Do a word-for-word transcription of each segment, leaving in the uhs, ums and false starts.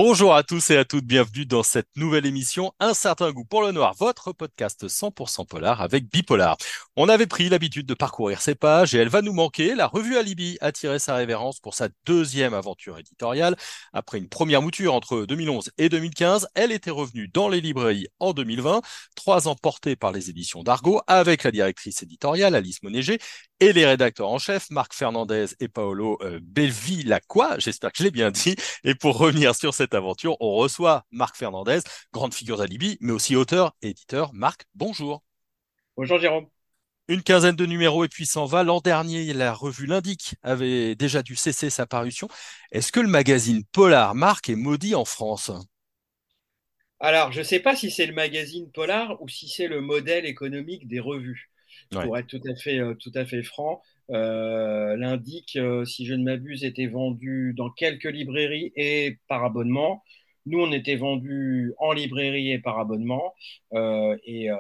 Bonjour à tous et à toutes, bienvenue dans cette nouvelle émission Un certain goût pour le noir, votre podcast cent pour cent polar avec Bipolar. On avait pris l'habitude de parcourir ces pages et elle va nous manquer. La revue Alibi a tiré sa révérence pour sa deuxième aventure éditoriale. Après une première mouture entre deux mille onze et deux mille quinze, elle était revenue dans les librairies en deux mille vingt, trois ans portée par les éditions d'Argo avec la directrice éditoriale Alice Monéger et les rédacteurs en chef Marc Fernandez et Paolo euh, Belvilacqua, j'espère que je l'ai bien dit. Et pour revenir sur cette aventure, on reçoit Marc Fernandez, grande figure d'Alibi, mais aussi auteur et éditeur. Marc, bonjour. Bonjour Jérôme. Une quinzaine de numéros et puis s'en va. L'an dernier, la revue L'Indic avait déjà dû cesser sa parution. Est-ce que le magazine Polar, Marc, est maudit en France? Alors, je ne sais pas si c'est le magazine Polar ou si c'est le modèle économique des revues. Ouais. Pour être tout à fait, euh, tout à fait franc, euh, l'Indic, euh, si je ne m'abuse, était vendu dans quelques librairies et par abonnement. Nous, on était vendus en librairie et par abonnement. Euh, et, euh,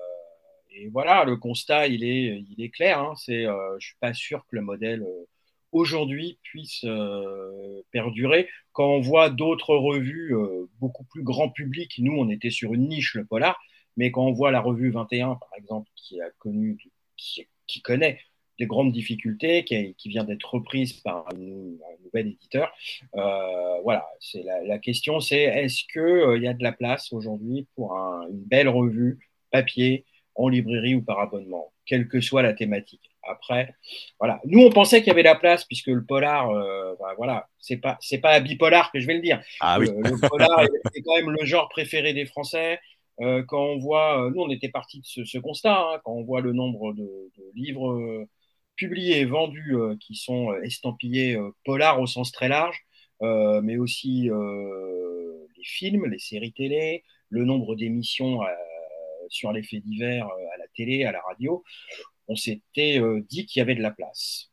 et voilà, le constat, il est, il est clair. Hein. C'est, euh, je suis pas sûr que le modèle euh, aujourd'hui puisse euh, perdurer. Quand on voit d'autres revues euh, beaucoup plus grand public, nous, on était sur une niche, le polar, mais quand on voit la revue vingt et un, par exemple, qui a connu, qui, qui connaît des grandes difficultés, qui, a- qui vient d'être reprise par un, un nouvel éditeur, euh, voilà, c'est la, la question, c'est est-ce que euh, il y a de la place aujourd'hui pour un- une belle revue papier en librairie ou par abonnement, quelle que soit la thématique. Après, voilà. Nous, on pensait qu'il y avait la place puisque le polar, euh, ben voilà, c'est pas c'est pas à bipolar que je vais le dire. Ah oui. Le, le polar est, est quand même le genre préféré des Français. Euh, quand on voit, euh, nous, on était parti de ce, ce constat, hein, quand on voit le nombre de, de livres euh, publiés et vendus euh, qui sont euh, estampillés euh, polar au sens très large, euh, mais aussi euh, les films, les séries télé, le nombre d'émissions euh, sur les faits divers euh, à la télé, à la radio, on s'était euh, dit qu'il y avait de la place.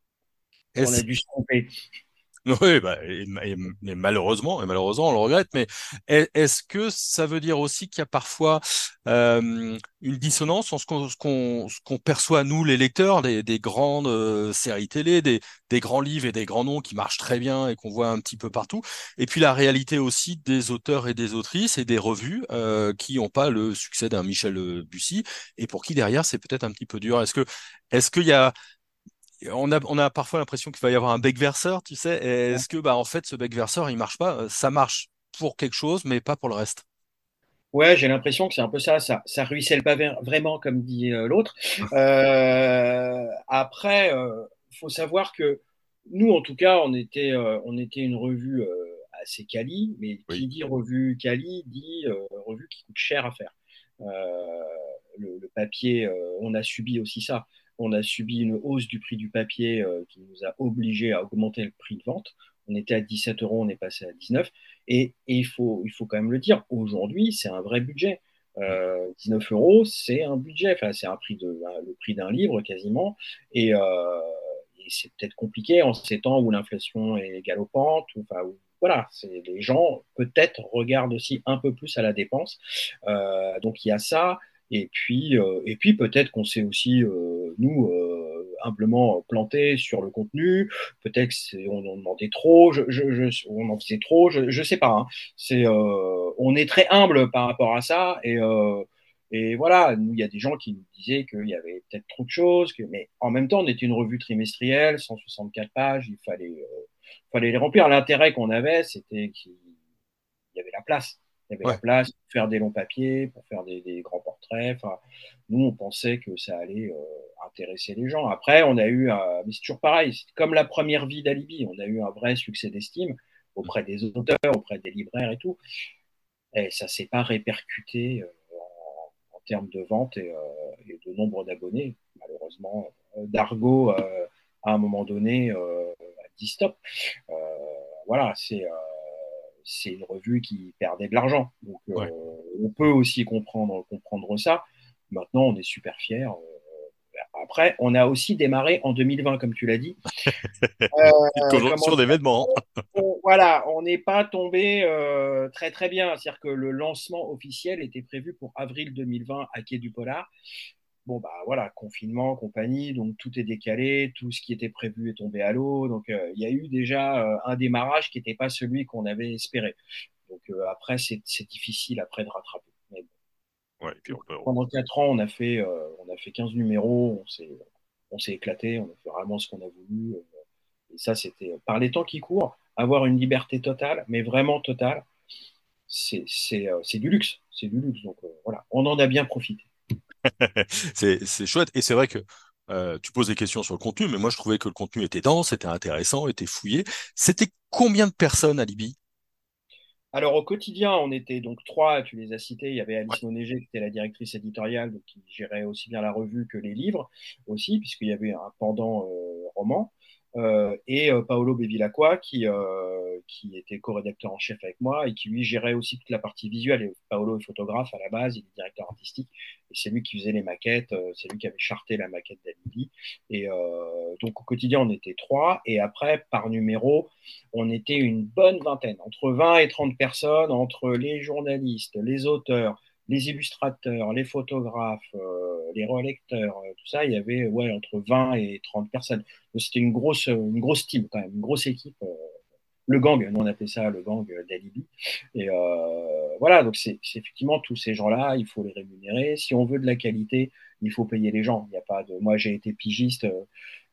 On a Est-ce dû se tromper. Oui, bah, et, et- et malheureusement, et malheureusement, on le regrette, mais est- est-ce que ça veut dire aussi qu'il y a parfois euh, une dissonance en ce qu'on ce qu'on ce qu'on perçoit, nous, les lecteurs, des, des grandes euh, séries télé, des, des grands livres et des grands noms qui marchent très bien et qu'on voit un petit peu partout, et puis la réalité aussi des auteurs et des autrices et des revues euh, qui n'ont pas le succès d'un Michel euh, Bussy et pour qui derrière c'est peut-être un petit peu dur. Est-ce que est-ce qu'il y a on a, on a parfois l'impression qu'il va y avoir un bec verseur, tu sais. Et est-ce que, bah, en fait, ce bec verseur, il marche pas? Euh, Ça marche pour quelque chose, mais pas pour le reste. Ouais, j'ai l'impression que c'est un peu ça, ça, ça ruisselle pas ver- vraiment, comme dit euh, l'autre. Euh, après, euh, faut savoir que nous, en tout cas, on était, euh, on était une revue euh, assez quali, mais Oui. qui dit revue quali dit euh, revue qui coûte cher à faire. Euh, le, le papier, euh, on a subi aussi ça. On a subi une hausse du prix du papier euh, qui nous a obligés à augmenter le prix de vente. On était à dix-sept euros, on est passé à dix-neuf. Et, et il faut, il faut quand même le dire, aujourd'hui, c'est un vrai budget. Euh, dix-neuf euros, c'est un budget, enfin, c'est un prix de, le prix d'un livre quasiment. Et, euh, et c'est peut-être compliqué en ces temps où l'inflation est galopante. Ou, enfin, où, voilà, c'est, les gens peut-être regardent aussi un peu plus à la dépense. Euh, donc il y a ça. Et puis, euh, et puis peut-être qu'on s'est aussi, euh, nous, euh, humblement planté sur le contenu. Peut-être qu'on en demandait trop, je, je, je, on en faisait trop, je ne sais pas. Hein. C'est, euh, on est très humble par rapport à ça. Et, euh, et voilà, nous, il y a des gens qui nous disaient qu'il y avait peut-être trop de choses. Que, mais en même temps, on était une revue trimestrielle, cent soixante-quatre pages, il fallait, euh, fallait les remplir. L'intérêt qu'on avait, c'était qu'il il y avait la place. Il y avait la Ouais. place pour faire des longs papiers, pour faire des, des grands portraits. Enfin, nous, on pensait que ça allait euh, intéresser les gens. Après, on a eu, un, mais c'est toujours pareil, c'est comme la première vie d'Alibi, on a eu un vrai succès d'estime auprès des auteurs, auprès des libraires et tout. Et ça s'est pas répercuté euh, en, en, termes de vente et, euh, et de nombre d'abonnés. Malheureusement, euh, Dargo, euh, à un moment donné, euh, a dit stop. Euh, voilà, c'est euh, c'est une revue qui perdait de l'argent. Donc, Ouais. euh, on peut aussi comprendre, comprendre ça. Maintenant, on est super fiers. Après, on a aussi démarré en deux mille vingt, comme tu l'as dit. Une Euh, comment conjonction dire d'événements. on- Voilà, on n'est pas tombé euh, très très bien. C'est-à-dire que le lancement officiel était prévu pour avril deux mille vingt à Quai du Polar. bon, bah voilà, confinement, compagnie, donc tout est décalé, tout ce qui était prévu est tombé à l'eau. Donc, euh, il y a eu déjà euh, un démarrage qui n'était pas celui qu'on avait espéré. Donc, euh, après, c'est c'est difficile après de rattraper. Mais Ouais, et puis bon, on peut. pendant quatre ans, on a fait, euh, on a fait quinze numéros, on s'est, on s'est éclaté, on a fait vraiment ce qu'on a voulu. euh, Et ça, c'était, par les temps qui courent, avoir une liberté totale, mais vraiment totale, c'est c'est, euh, c'est du luxe. C'est du luxe. Donc, euh, voilà, on en a bien profité. C'est, c'est chouette. Et c'est vrai que euh, tu poses des questions sur le contenu, mais moi je trouvais que le contenu était dense, était intéressant, était fouillé. C'était combien de personnes à Libye? Alors au quotidien, on était donc trois, tu les as cités. Il y avait Ouais. Alice Monéger qui était la directrice éditoriale, donc qui gérait aussi bien la revue que les livres aussi, puisqu'il y avait un pendant euh, roman. Euh, et euh, Paolo Bevilacqua qui, euh, qui était co-rédacteur en chef avec moi et qui lui gérait aussi toute la partie visuelle. Et Paolo est photographe à la base, il est directeur artistique et c'est lui qui faisait les maquettes, euh, c'est lui qui avait charté la maquette d'Alibi. Et euh, donc au quotidien, on était trois et après, par numéro, on était une bonne vingtaine, entre vingt et trente personnes, entre les journalistes, les auteurs, les illustrateurs, les photographes, euh, les relecteurs, euh, tout ça, il y avait ouais, entre vingt et trente personnes. Donc, c'était une grosse, une grosse team quand même, une grosse équipe. euh, le gang, nous on appelait ça le gang d'Alibi. Et euh, voilà, donc c'est c'est effectivement tous ces gens-là, il faut les rémunérer. Si on veut de la qualité, il faut payer les gens. Il n'y a pas de. Moi j'ai été pigiste, euh,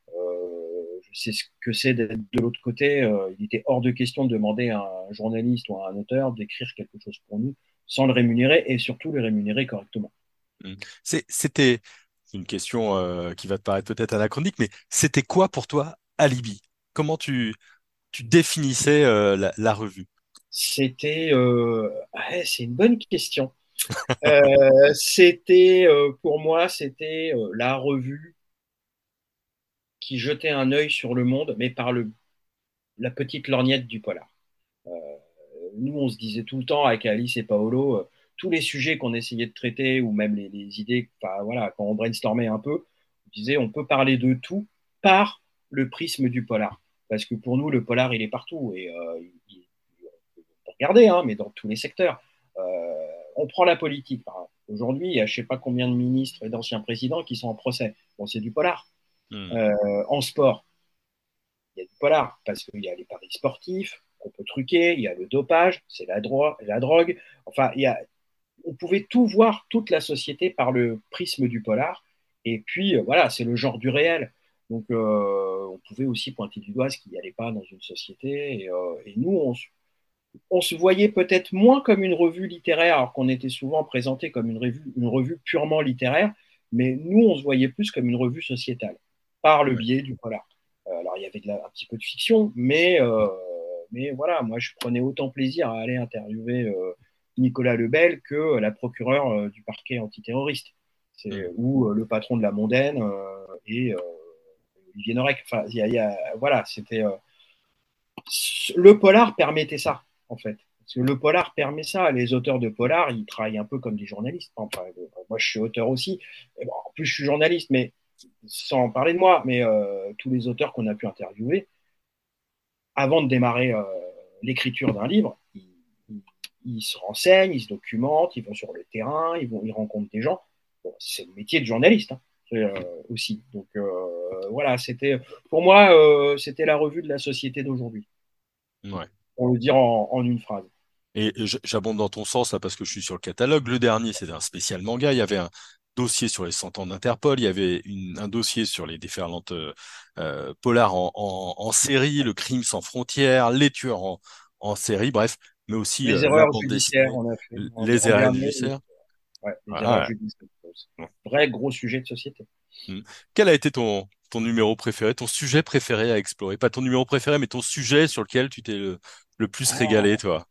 euh, je sais ce que c'est d'être de l'autre côté. Euh, il était hors de question de demander à un journaliste ou à un auteur d'écrire quelque chose pour nous sans le rémunérer et surtout le rémunérer correctement. Mm. C'est- C'était une question euh, qui va te paraître peut-être anachronique, mais c'était quoi pour toi Alibi? Comment tu, tu définissais euh, la, la revue? C'était, euh, ouais, c'est une bonne question. Euh, c'était, euh, pour moi, c'était euh, la revue qui jetait un œil sur le monde, mais par le, la petite lorgnette du polar. Euh, Nous, on se disait tout le temps avec Alice et Paolo, euh, tous les sujets qu'on essayait de traiter, ou même les, les idées, enfin, voilà, quand on brainstormait un peu, on disait on peut parler de tout par le prisme du polar. Parce que pour nous, le polar, il est partout. Et euh, il, il, on peut regarder, hein, mais dans tous les secteurs. Euh, on prend la politique. Enfin, aujourd'hui, il y a je ne sais pas combien de ministres et d'anciens présidents qui sont en procès. Bon, c'est du polar. Hmm. Euh, en sport, il y a du polar, parce qu'il y a les paris sportifs qu'on peut truquer, il y a le dopage, c'est la, dro la drogue. Enfin, il y a, on pouvait tout voir, toute la société par le prisme du polar. Et puis, euh, voilà, c'est le genre du réel. Donc, euh, on pouvait aussi pointer du doigt ce qui n'y allait pas dans une société. Et, euh, et nous, on, on, se voyait peut-être moins comme une revue littéraire, alors qu'on était souvent présenté comme une revue, une revue purement littéraire. Mais nous, on se voyait plus comme une revue sociétale, par le Ouais. biais du polar. Euh, alors, il y avait de la, un petit peu de fiction, mais, euh, mais voilà, moi, je prenais autant plaisir à aller interviewer euh, Nicolas Lebel que la procureure euh, du parquet antiterroriste. C'est, Hmm. ou euh, le patron de la Mondaine euh, et euh, Olivier Norek. Enfin, y a, y a, voilà, c'était. Euh, le polar permettait ça, en fait. Parce que le polar permet ça. Les auteurs de polar, ils travaillent un peu comme des journalistes. Enfin, euh, moi, je suis auteur aussi. Bon, en plus, je suis journaliste, mais sans parler de moi, mais euh, tous les auteurs qu'on a pu interviewer, avant de démarrer euh, l'écriture d'un livre, ils, ils, ils, se renseignent, ils se documentent, ils vont sur le terrain, ils, vont, ils rencontrent des gens. Bon, c'est le métier de journaliste hein, euh, aussi. Donc euh, voilà, c'était pour moi, euh, c'était la revue de la société d'aujourd'hui, Ouais. pour le dire en, en une phrase. Et j- j'abonde dans ton sens là parce que je suis sur le catalogue. Le dernier, c'était un spécial manga. Il y avait un dossier sur les cent ans d'Interpol. Il y avait une- un dossier sur les déferlantes euh, euh, polars en, en, en série, le crime sans frontières, les tueurs en, en série, bref, mais aussi Les euh, la erreurs bande judiciaires, dessinée, on a fait l- en, les en erreurs dernier, les, judiciaires. ouais, les erreurs Voilà. judiciaires. Vrai gros sujet de société. Mm. Quel a été ton, ton numéro préféré, ton sujet préféré à explorer? Pas ton numéro préféré, mais ton sujet sur lequel tu t'es le, le plus régalé, Ah. toi.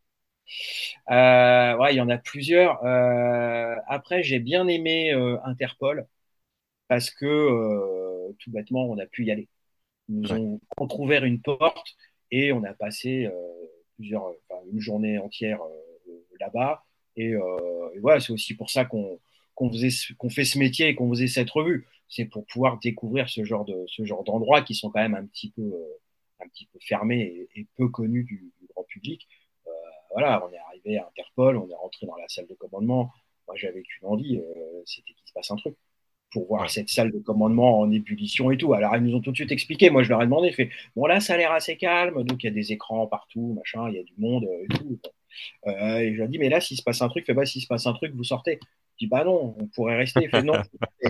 Euh, ouais, il y en a plusieurs. Euh, après, j'ai bien aimé euh, Interpol parce que euh, tout bêtement, on a pu y aller. Ils nous Ouais. ont entrouvert une porte et on a passé euh, plusieurs, enfin, une journée entière euh, là-bas. Et, euh, et voilà, c'est aussi pour ça qu'on qu'on faisait, ce- qu'on fait ce métier et qu'on faisait cette revue. C'est pour pouvoir découvrir ce genre de, ce genre d'endroits qui sont quand même un petit peu, euh, un petit peu fermés et, et peu connus du, du grand public. Euh, voilà, on est arrivé à Interpol, on est rentré dans la salle de commandement. Moi, j'avais qu'une envie, euh, c'était qu'il se passe un truc. pour voir Ouais. cette salle de commandement en ébullition et tout. Alors, ils nous ont tout de suite expliqué. Moi, je leur ai demandé, fait, bon, là, ça a l'air assez calme. Donc, il y a des écrans partout, machin, il y a du monde euh, et tout. Euh, et je leur ai dit, mais là, s'il se passe un truc, fait, bah, s'il se passe un truc, vous sortez. Je dis, bah non, on pourrait rester. Il fait, non.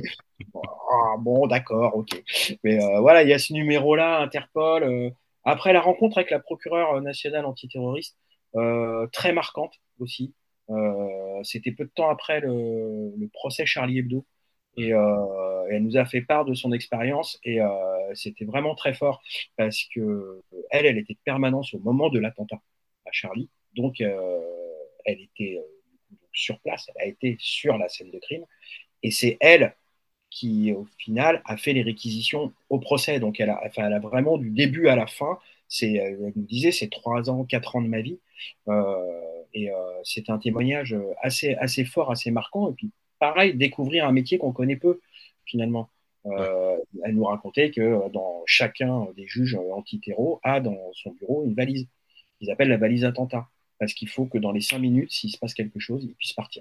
Ah, bon, d'accord, ok. Mais euh, voilà, il y a ce numéro-là, Interpol. euh. Après la rencontre avec la procureure nationale antiterroriste, euh, très marquante aussi. Euh, c'était peu de temps après le, le procès Charlie Hebdo. Et euh, elle nous a fait part de son expérience et euh, c'était vraiment très fort parce que elle, elle était de permanence au moment de l'attentat à Charlie. Donc, euh, elle était euh, sur place, elle a été sur la scène de crime. Et c'est elle qui, au final, a fait les réquisitions au procès. Donc, elle a, enfin, elle a vraiment du début à la fin. C'est, euh, elle nous disait, c'est trois ans, quatre ans de ma vie. Euh, et euh, c'est un témoignage assez, assez fort, assez marquant. Et puis, pareil, découvrir un métier qu'on connaît peu, finalement. Ouais. Euh, elle nous racontait que dans chacun des juges antiterraux a dans son bureau une valise qu'ils appellent la valise attentat. Parce qu'il faut que dans les cinq minutes, s'il se passe quelque chose, ils puissent partir.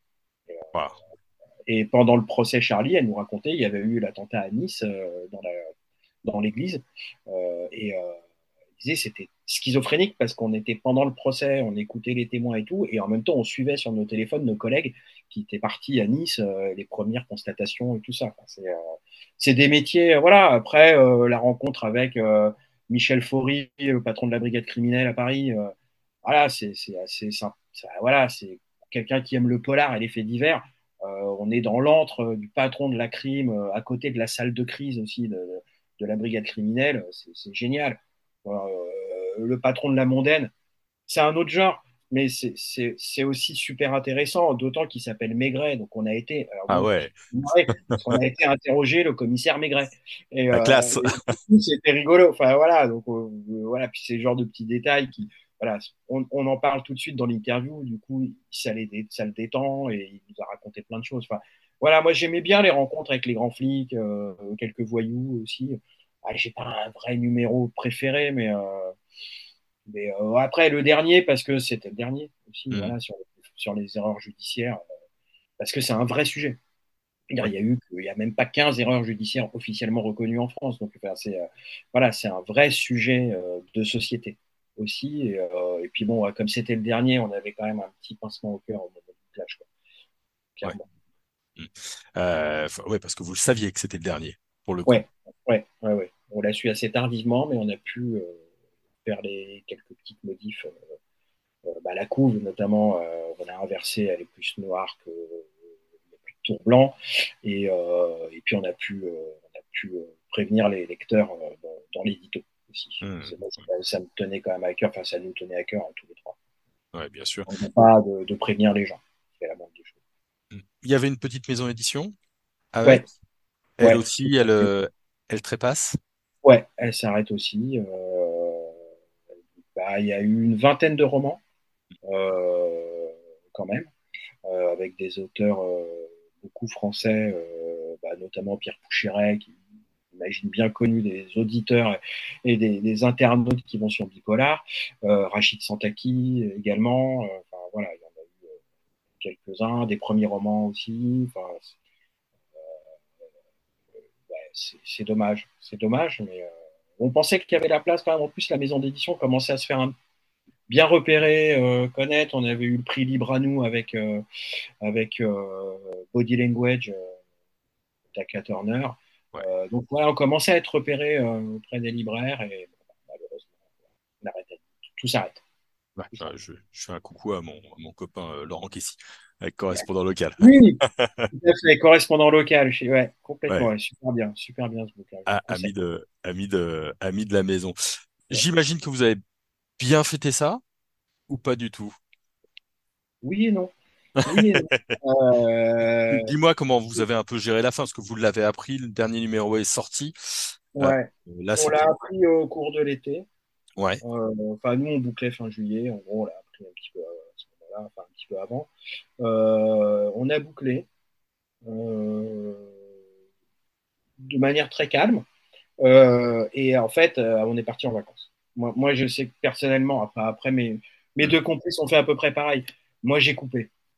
Wow. Et pendant le procès Charlie, elle nous racontait, il y avait eu l'attentat à Nice euh, dans, la, dans l'église. Euh, et euh, elle disait c'était schizophrénique parce qu'on était pendant le procès, on écoutait les témoins et tout, et en même temps on suivait sur nos téléphones nos collègues qui étaient partis à Nice, euh, les premières constatations et tout ça. Enfin, c'est, euh, c'est des métiers, euh, voilà. Après euh, la rencontre avec euh, Michel Faury, le patron de la brigade criminelle à Paris, euh, voilà, c'est, c'est assez simple. Ça, voilà, c'est quelqu'un qui aime le polar et les faits divers. Euh, on est dans l'antre euh, du patron de la crime, euh, à côté de la salle de crise aussi de, de la brigade criminelle. C'est, c'est génial. Euh, le patron de la mondaine, c'est un autre genre, mais c'est, c'est, c'est aussi super intéressant, d'autant qu'il s'appelle Maigret. Donc on a été, alors Ah bon, ouais, parce qu'on a été interrogé le commissaire Maigret. Et, la euh, classe. et c'était rigolo. Enfin voilà, donc euh, voilà, puis c'est le genre de petits détails qui, voilà, on, on en parle tout de suite dans l'interview. Du coup, ça, les, ça le détend et il nous a raconté plein de choses. Enfin voilà, moi j'aimais bien les rencontres avec les grands flics, euh, quelques voyous aussi. Ah, j'ai pas un vrai numéro préféré, mais euh, mais euh, après, le dernier, parce que c'était le dernier aussi, Hmm. voilà, sur, sur les erreurs judiciaires, parce que c'est un vrai sujet. Il Oui. y a eu, il y a même pas quinze erreurs judiciaires officiellement reconnues en France. Donc, enfin, c'est, euh, voilà, c'est un vrai sujet euh, de société aussi. Et, euh, et puis bon, comme c'était le dernier, on avait quand même un petit pincement au cœur au moment du clash, quoi, Ouais. clairement. Hmm. Euh, enfin, ouais, parce que vous le saviez que c'était le dernier, pour le coup. Ouais, ouais, ouais, ouais. On l'a su assez tardivement, mais on a pu euh, faire les quelques petites modifs. Euh, euh, bah, la couve, notamment, euh, on a inversé, elle est plus noire que tour blanc. Et, euh, et puis on a pu, euh, on a pu euh, prévenir les lecteurs euh, dans, dans l'édito aussi. Hmm. C'est, moi, ça, ça me tenait quand même à cœur, enfin ça nous tenait à cœur hein, tous les trois. Ouais, bien sûr. On n'a pas de, de prévenir les gens. C'est la moindre des choses. Hmm. Il y avait une petite maison édition avec. Ouais, Elle ouais, aussi, elle, euh, elle trépasse. ouais, elle s'arrête aussi. Euh, bah, il y a eu une vingtaine de romans, euh, quand même, euh, avec des auteurs euh, beaucoup français, euh, bah, notamment Pierre Poucheret, qui j'imagine bien connu des auditeurs et des, des internautes qui vont sur Bipolar, euh, Rachid Santaki également, euh, enfin voilà, il y en a eu euh, quelques-uns, des premiers romans aussi, enfin, c'est, ouais, c'est, c'est dommage, c'est dommage, mais euh, on pensait qu'il y avait la place quand même. En plus, la maison d'édition commençait à se faire un, bien repérer, euh, connaître. On avait eu le prix Libre à nous avec, euh, avec euh, Body Language, euh, Taka Turner. Ouais. Euh, donc voilà, on commençait à être repéré euh, auprès des libraires et bon, malheureusement, on arrêtait. Tout s'arrête. Ouais, Tout euh, s'arrête. je, je fais un coucou à mon, à mon copain euh, Laurent Kessy, avec correspondant local. Oui, tout à fait, correspondant local. Chez... Ouais, complètement. Ouais, Ouais, super bien, super bien ce bouquin. Je vous a- le ami conseille. de, ami de, ami de la maison. Ouais. J'imagine que vous avez bien fêté ça ou pas du tout? Oui et non. Oui et non. Euh, Dis-moi comment vous avez un peu géré la fin, parce que vous l'avez appris, le dernier numéro est sorti. Euh, ouais. là, On l'a c'était. appris au cours de l'été. Ouais, Euh, Enfin, nous, on bouclait fin juillet. En gros, on l'a appris un petit peu à ce moment-là, enfin un petit peu avant. Euh, on a bouclé euh, de manière très calme. Euh, et en fait, euh, on est parti en vacances. Moi, moi, je sais que personnellement, après, après mes, mes hmm, deux complices ont fait à peu près pareil. Moi, j'ai coupé.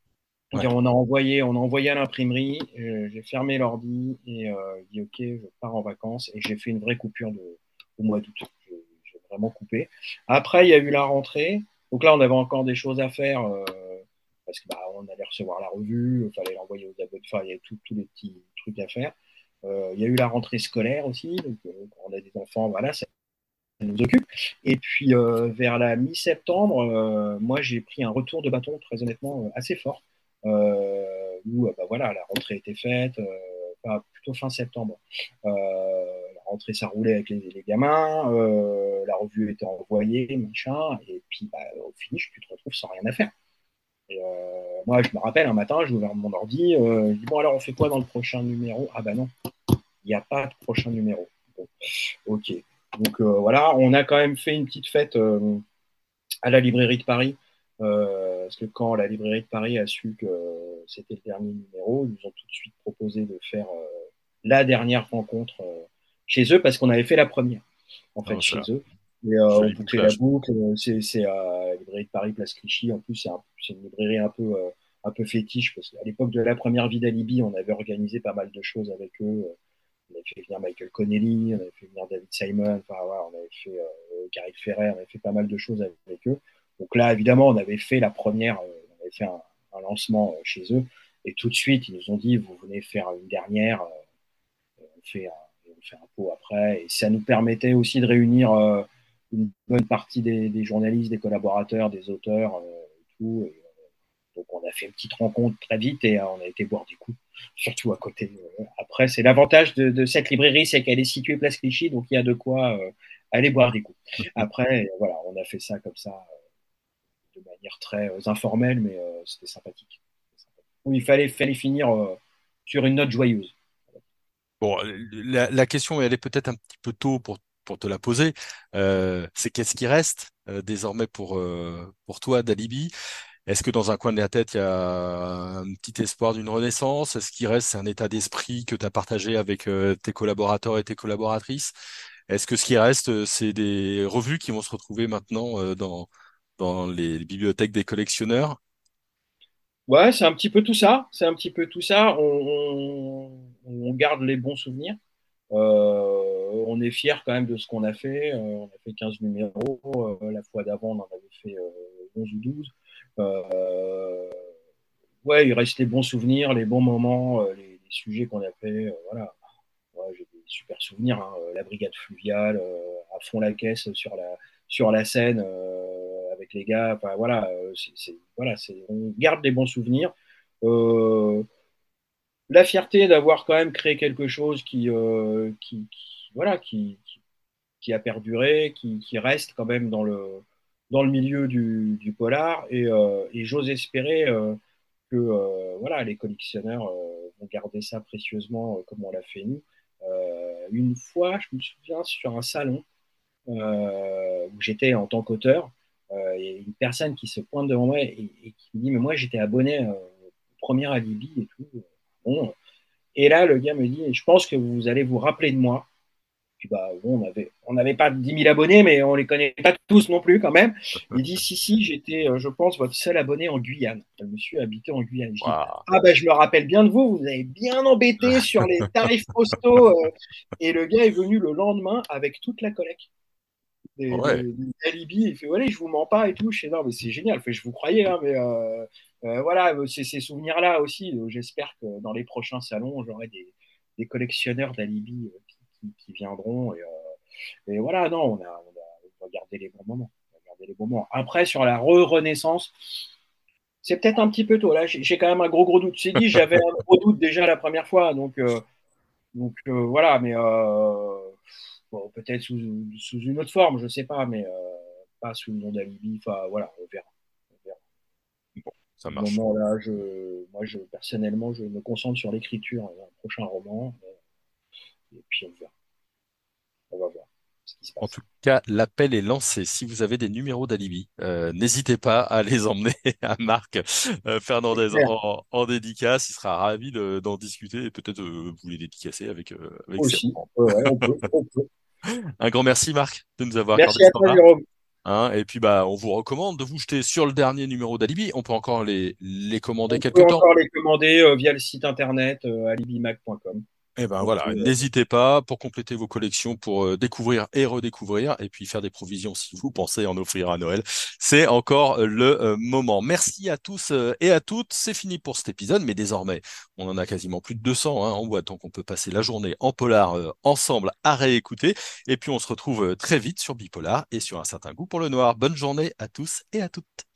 Donc, Ouais. on a envoyé, on a envoyé à l'imprimerie, euh, j'ai fermé l'ordi et euh, dit ok, je pars en vacances et j'ai fait une vraie coupure de, au mois d'août. Je- J'ai vraiment coupé. Après, il y a eu la rentrée. Donc là, on avait encore des choses à faire euh, parce que bah, on allait recevoir la revue, il fallait l'envoyer aux abonnés, enfin, il y avait tous les petits trucs à faire. Euh, il y a eu la rentrée scolaire aussi, donc euh, quand on a des enfants, voilà, ça nous occupe. Et puis euh, vers la mi-septembre, euh, moi j'ai pris un retour de bâton très honnêtement euh, assez fort, euh, où euh, bah, voilà, la rentrée était faite, euh, pas, plutôt fin septembre. Euh, la rentrée ça roulait avec les, les gamins, euh, la revue était envoyée, machin, et puis bah, au finish tu te retrouves sans rien à faire. Et, euh, moi je me rappelle un matin, j'ai ouvert mon ordi, euh, je dis bon alors on fait quoi dans le prochain numéro? Ah bah non, il n'y a pas de prochain numéro. Bon, ok. Donc euh, voilà, on a quand même fait une petite fête euh, à la librairie de Paris. Euh, parce que quand la librairie de Paris a su que euh, c'était le dernier numéro, ils nous ont tout de suite proposé de faire euh, la dernière rencontre euh, chez eux parce qu'on avait fait la première en fait Ah, chez ça, eux. Et euh, on joli bouclait la bouclage. boucle. C'est c'est à la librairie de Paris, place Clichy. En plus, c'est un- c'est une librairie un peu, euh, un peu fétiche parce qu'à l'époque de la première vie d'Alibi, on avait organisé pas mal de choses avec eux. On avait fait venir Michael Connelly, on avait fait venir David Simon, enfin, voilà, on avait fait euh, Gary Ferrer, on avait fait pas mal de choses avec eux. Donc là, évidemment, on avait fait la première, euh, on avait fait un, un lancement euh, chez eux. Et tout de suite, ils nous ont dit, vous venez faire une dernière, euh, on, fait un, on fait un pot après. Et ça nous permettait aussi de réunir euh, une bonne partie des, des, journalistes, des collaborateurs, des auteurs euh, et tout. Et, donc on a fait une petite rencontre très vite et euh, on a été boire des coups, surtout à côté. Euh, après, c'est l'avantage de, de, cette librairie, c'est qu'elle est située place Clichy, donc il y a de quoi euh, aller boire des coups. Après, euh, voilà, on a fait ça comme ça, euh, de manière très euh, informelle, mais euh, c'était sympathique. Où il fallait, fallait finir euh, sur une note joyeuse. Bon, la, la question, elle est peut-être un petit peu tôt pour, pour te la poser. Euh, c'est qu'est-ce qui reste euh, désormais pour, euh, pour toi d'Alibi? Est-ce que dans un coin de la tête, il y a un petit espoir d'une renaissance? Est-ce qu'il reste un état d'esprit que tu as partagé avec euh, tes collaborateurs et tes collaboratrices? Est-ce que ce qui reste, euh, c'est des revues qui vont se retrouver maintenant euh, dans, dans les bibliothèques des collectionneurs? Ouais, c'est un petit peu tout ça. C'est un petit peu tout ça. On, on, on garde les bons souvenirs. Euh, on est fier quand même de ce qu'on a fait. Euh, on a fait quinze numéros. Euh, la fois d'avant, on en avait fait euh, onze ou douze. Euh, ouais, il reste les bons souvenirs, les bons moments, euh, les, les sujets qu'on a fait. Euh, voilà. Ouais, j'ai des super souvenirs. Hein. Euh, La brigade fluviale, euh, à fond la caisse sur la, sur la scène euh, avec les gars. Enfin, voilà, euh, c'est, c'est- voilà c'est, on garde des bons souvenirs. Euh, la fierté d'avoir quand même créé quelque chose qui, euh, qui, qui- voilà, qui, qui, qui a perduré, qui, qui reste quand même dans le, dans le milieu du, du polar. Et, euh, et j'ose espérer euh, que euh, voilà, les collectionneurs euh, vont garder ça précieusement euh, comme on l'a fait nous. Euh, une fois, je me souviens, sur un salon euh, où j'étais en tant qu'auteur, euh, il y a une personne qui se pointe devant moi et, et qui me dit, mais moi j'étais abonné euh, au premier Alibi et tout. Bon, et là, le gars me dit, je pense que vous allez vous rappeler de moi. Puis bah, bon, on avait, on n'avait pas dix mille abonnés, mais on les connaît pas tous non plus quand même. Il dit, si, si, j'étais, euh, je pense, votre seul abonné en Guyane. Le monsieur habitait en Guyane. Je dis, Waouh. ah ben, je me rappelle bien de vous, vous avez bien embêté sur les tarifs postaux. euh. Et le gars est venu le lendemain avec toute la collecte des, Ouais. des, des alibis. Il fait, voilà, je vous mens pas et tout. Je fais, non, mais c'est génial. Fait, je vous croyais, hein, mais euh, euh, voilà, c'est ces souvenirs-là aussi. Euh, J'espère que dans les prochains salons, j'aurai des, des collectionneurs d'alibis euh, qui, qui, qui viendront. Et, euh, et voilà, non, on a, on a, on va garder les bons moments. On va garder les bons moments. Après, sur la re-renaissance, c'est peut-être un petit peu tôt. Là, j'ai quand même un gros, gros doute. C'est dit, j'avais un gros doute déjà la première fois. Donc, euh, donc euh, voilà, mais euh, bon, peut-être sous, sous, une autre forme, je sais pas, mais euh, pas sous le nom d'Alibi. Enfin, voilà, on verra. On verra. Bon, ça Pour le marche. moment, là, je, moi, je, personnellement, je me concentre sur l'écriture d'un prochain roman. Et puis, on verra. On va voir ce qui se En passe. tout cas, l'appel est lancé. Si vous avez des numéros d'Alibi, euh, n'hésitez pas à les emmener à Marc euh, C'est Fernandez clair. en, en dédicace. Il sera ravi de- d'en discuter et peut-être euh, vous les dédicacer avec, euh, avec ses Aussi. romans. Ouais, ouais, on peut, on peut. Un grand merci, Marc, de nous avoir accordé Merci ce à toi, temps-là. Jérôme. Hein, et puis bah on vous recommande de vous jeter sur le dernier numéro d'Alibi. On peut encore les, les commander On peut quelque temps. encore les commander euh, via le site internet euh, alibimac point com. Eh ben On voilà, peut, euh, n'hésitez pas pour compléter vos collections, pour euh, découvrir et redécouvrir, et puis faire des provisions si vous pensez en offrir à Noël. C'est encore euh, le euh, moment. Merci à tous euh, et à toutes. C'est fini pour cet épisode, mais désormais, on en a quasiment plus de deux cents hein, en boîte, donc on peut passer la journée en polar euh, ensemble à réécouter. Et puis on se retrouve euh, très vite sur Bipolar et sur un certain goût pour le noir. Bonne journée à tous et à toutes.